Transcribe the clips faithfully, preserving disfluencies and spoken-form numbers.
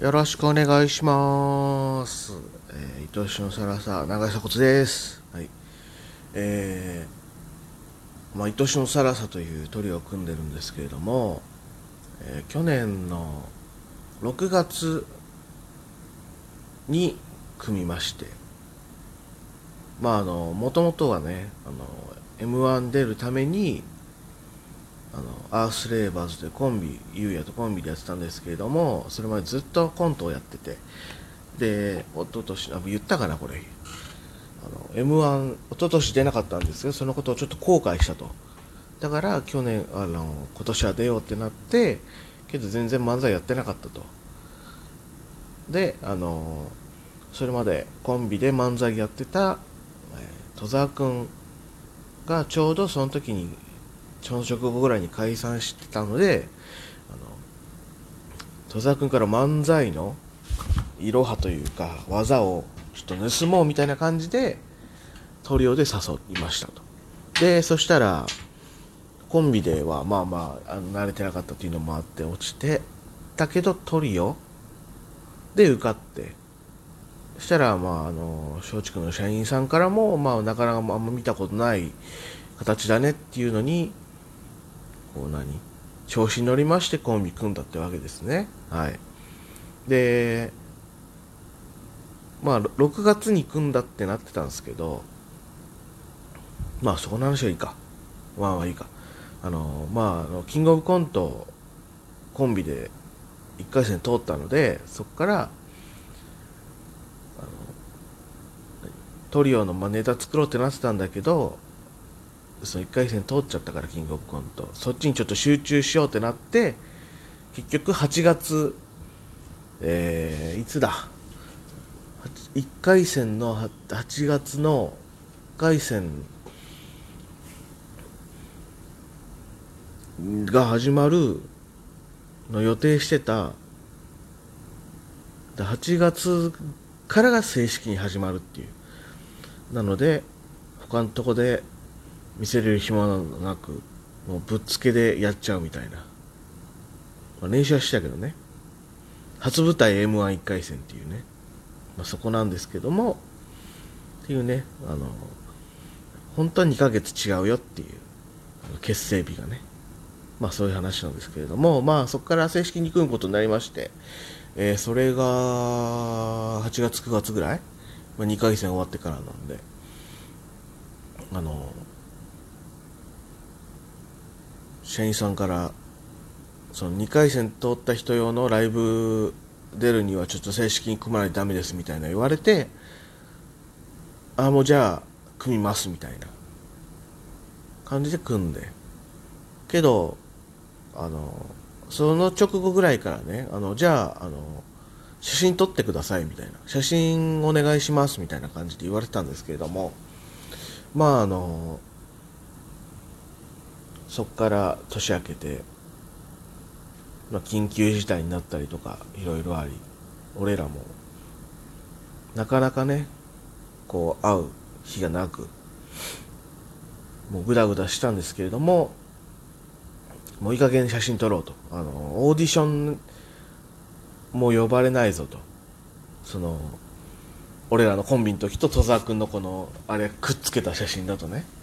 よろしくお願いします。えー、愛しのサラサ、長井鎖骨です。はい。えー、まあ、愛しのサラサというトリオを組んでるんですけれども、えー去年のろくがつに組みまして、まあ、あの、もともとはね、あの、エムワン 出るために、あの、アースレーバーズでコンビ、ゆうやとコンビでやってたんですけれども、それまでずっとコントをやってて、で、一昨年、あ、言ったかな、これ。あの エムワン 一昨年出なかったんですけど、そのことをちょっと後悔したと。だから去年あの今年は出ようってなって、けど全然漫才やってなかったと。で、あのそれまでコンビで漫才やってた、えー戸沢くんがちょうどその時に、その直後ぐらいに解散してたので、あの戸沢くんから漫才のいろはというか技をちょっと盗もうみたいな感じでトリオで誘いましたと。でそしたらコンビではまあまあ、あの慣れてなかったっていうのもあって落ちて、だけどトリオで受かって、そしたらまああの松竹の社員さんからもまあなかなかあんま見たことない形だねっていうのに、こう何調子に乗りましてコンビ組んだってわけですね。はい。で、まあろくがつに組んだってなってたんですけど、まあそこの話はいいか。まあまあいいか。あのまああのキングオブコントコンビでいっかい戦通ったので、そこからトリオのまあネタ作ろうってなってたんだけど、そのいっかい戦通っちゃったから、キングオブコントそっちにちょっと集中しようってなって、結局はちがつ、えー、いつだいっかい戦のはちがつのいっかい戦が始まるの予定してたはちがつからが正式に始まるっていう。なので他のとこで見せれる暇なく、もうぶっつけでやっちゃうみたいな、まあ、練習はしたけどね。初舞台 エムワンいっ 回戦っていうね、まあ、そこなんですけども、っていうね、あの本当はにかげつ違うよっていう結成日がね、まあそういう話なんですけれども、まあそこから正式に組むことになりまして、えー、それがはちがつくがつぐらい、まあ、にかい戦終わってからなんで、あの社員さんからそのにかい戦通った人用のライブ出るにはちょっと正式に組まないとダメですみたいな言われて、ああもうじゃあ組みますみたいな感じで組んで、けどあのその直後ぐらいからね、あのじゃああの写真撮ってくださいみたいな、写真お願いしますみたいな感じで言われてたんですけれども、まああのそっから年明けて、まあ、緊急事態になったりとかいろいろあり、俺らもなかなかねこう会う日がなく、もうグダグダしたんですけれども、もういい加減写真撮ろうと、あのオーディションもう呼ばれないぞと、その俺らのコンビの時と戸沢君のこのあれくっつけた写真だとね、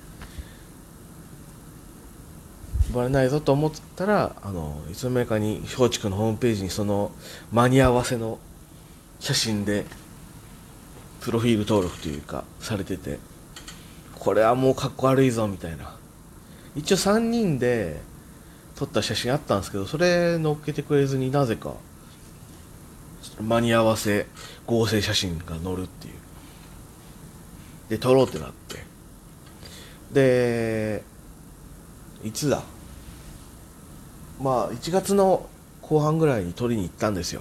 呼ばれないぞと思ったら、あのいつの間にかに松竹のホームページにその間に合わせの写真でプロフィール登録というかされてて、これはもうかっこ悪いぞみたいな。一応さんにんで撮った写真あったんですけど、それ載っけてくれずに、なぜか間に合わせ合成写真が載るっていう。で撮ろうってなって、でいつだまあいちがつの後半ぐらいに撮りに行ったんですよ。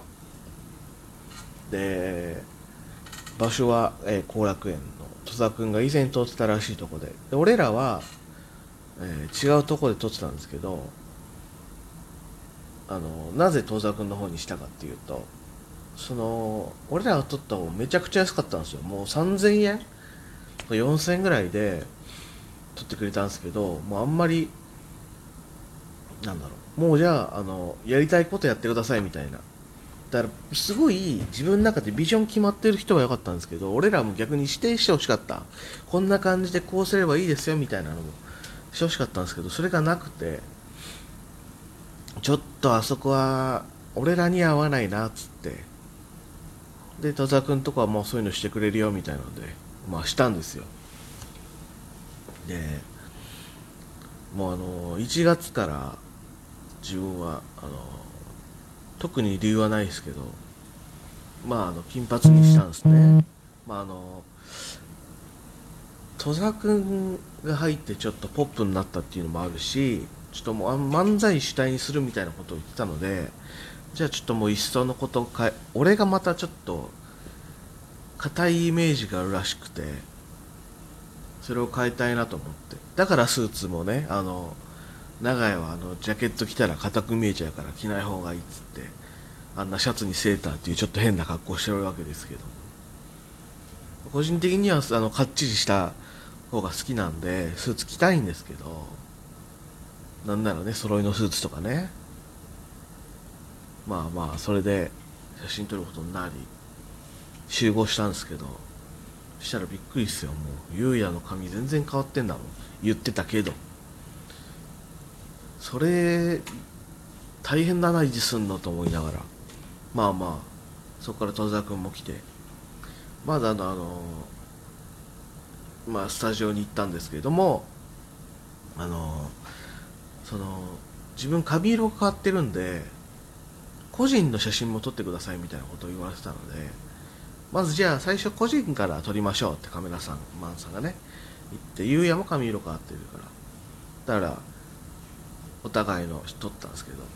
で場所は後、えー、楽園の戸田君が以前撮ってたらしいとこで、で俺らは、えー違うとこで撮ってたんですけど、あのなぜ戸田君の方にしたかっていうと、その俺らが撮った方めちゃくちゃ安かったんですよ。もうさんぜんえんよんせんえんぐらいで撮ってくれたんですけど、もうあんまりなんだろう、もうじゃあ、あのやりたいことやってくださいみたいなだからすごい自分の中でビジョン決まってる人が良かったんですけど、俺らも逆に指定してほしかった。こんな感じでこうすればいいですよみたいなのもしてほしかったんですけど、それがなくて、ちょっとあそこは俺らに合わないなっつって、で戸沢君とかはもうそういうのしてくれるよみたいなので、まあしたんですよ。でもうあのいちがつから自分はあの特に理由はないですけど、まああの金髪にしたんですね。まああの戸沢君が入ってちょっとポップになったっていうのもあるし、ちょっともう漫才主体にするみたいなことを言ってたので、じゃあちょっともう一層のことを変え、俺がまたちょっと硬いイメージがあるらしくて、それを変えたいなと思って、だからスーツもね、あの長屋はあのジャケット着たら硬く見えちゃうから着ない方がいいっつって、あんなシャツにセーターっていうちょっと変な格好してるわけですけど、個人的にはあのかっちりした方が好きなんでスーツ着たいんですけど、なんならね揃いのスーツとかね、まあまあそれで写真撮ることになり集合したんですけど、そしたらびっくりっすよ。もうゆうやの髪全然変わってんだもん、言ってたけど。それ大変だな維持すんのと思いながら、まあまあそこから戸沢君も来て、まだあのあのまあスタジオに行ったんですけれども、あのその自分髪色が変わってるんで個人の写真も撮ってくださいみたいなことを言われてたので、まずじゃあ最初個人から撮りましょうってカメラさんマンさんがね言って、ゆうやも髪色変わってるから、だからお互いの撮ったんですけど、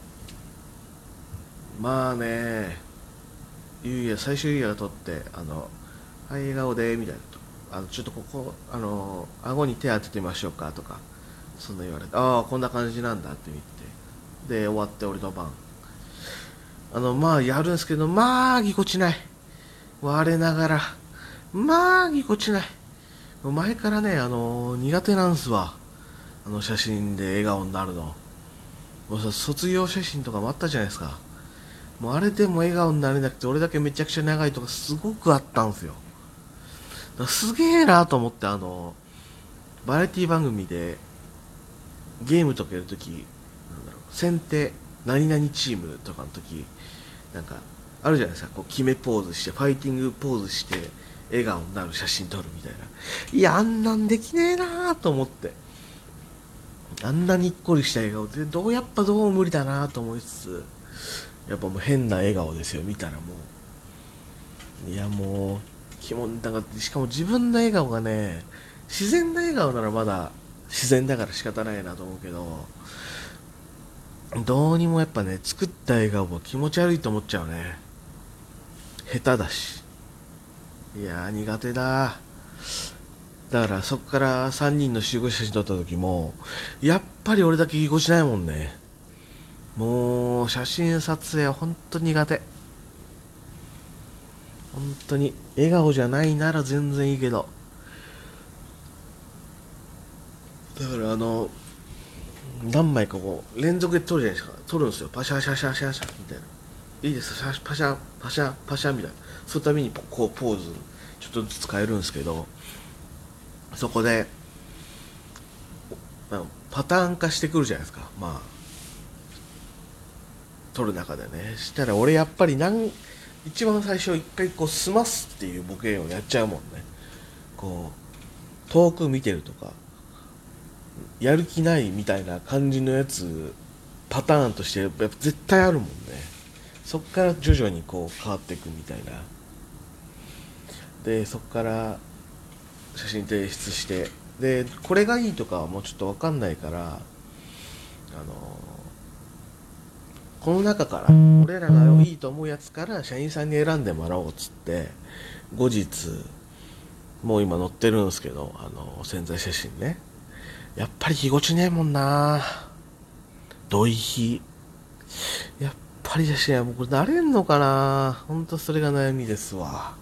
まあね、ゆうや最初ゆうやが撮って、あのはい笑顔でみたいなと、あのちょっとここあの顎に手当ててみましょうかとか、そんな言われて、ああこんな感じなんだって見て、で終わって俺の番、あのまあやるんですけど、まあぎこちない、我ながらまあぎこちない。前からね、あの苦手なんすわ、あの写真で笑顔になるの。もうさ卒業写真とかもあったじゃないですか。もうあれでも笑顔になれなくて俺だけめちゃくちゃ長いとかすごくあったんですよ。だからすげえなと思って、あのバラエティ番組でゲームとかやるとき、なんだろう、先手何々チームとかの時、なんかあるじゃないですか、こう決めポーズしてファイティングポーズして笑顔になる写真撮るみたいな。いやあんなんできねえなーと思って、あんなにっこりした笑顔でどうやっぱどうも無理だなと思いつつ、やっぱもう変な笑顔ですよ見たら。もういやもう気もなんか、しかも自分の笑顔がね、自然な笑顔ならまだ自然だから仕方ないなと思うけど、どうにもやっぱね作った笑顔は気持ち悪いと思っちゃうね。下手だし、いやー苦手だ。だからそっからさんにんの集合写真撮った時もやっぱり俺だけぎこちないもんね。もう写真撮影は本当に苦手。本当に笑顔じゃないなら全然いいけど、だからあの何枚かこう連続で撮るじゃないですか。撮るんですよ、パシャシャシャシャシャみたいな。いいです、パシャパシャパシャみたいな。そのためにこうポーズちょっとずつ変えるんですけど、そこでパターン化してくるじゃないですか、まあ撮る中でね。したら俺やっぱりなん一番最初一回こう済ますっていうボケをやっちゃうもんね。こう遠く見てるとかやる気ないみたいな感じのやつ、パターンとしてやっぱ絶対あるもんね。そっから徐々にこう変わっていくみたいな。でそっから写真提出して、でこれがいいとかはもうちょっと分かんないから、あのこの中から俺らがいいと思うやつから社員さんに選んでもらおうっつって、後日もう今載ってるんですけど、あの宣材写真ね、やっぱりぎこちねえもんな、土井ひやっぱり写真はもうこれ慣れんのかな、ほんとそれが悩みですわ。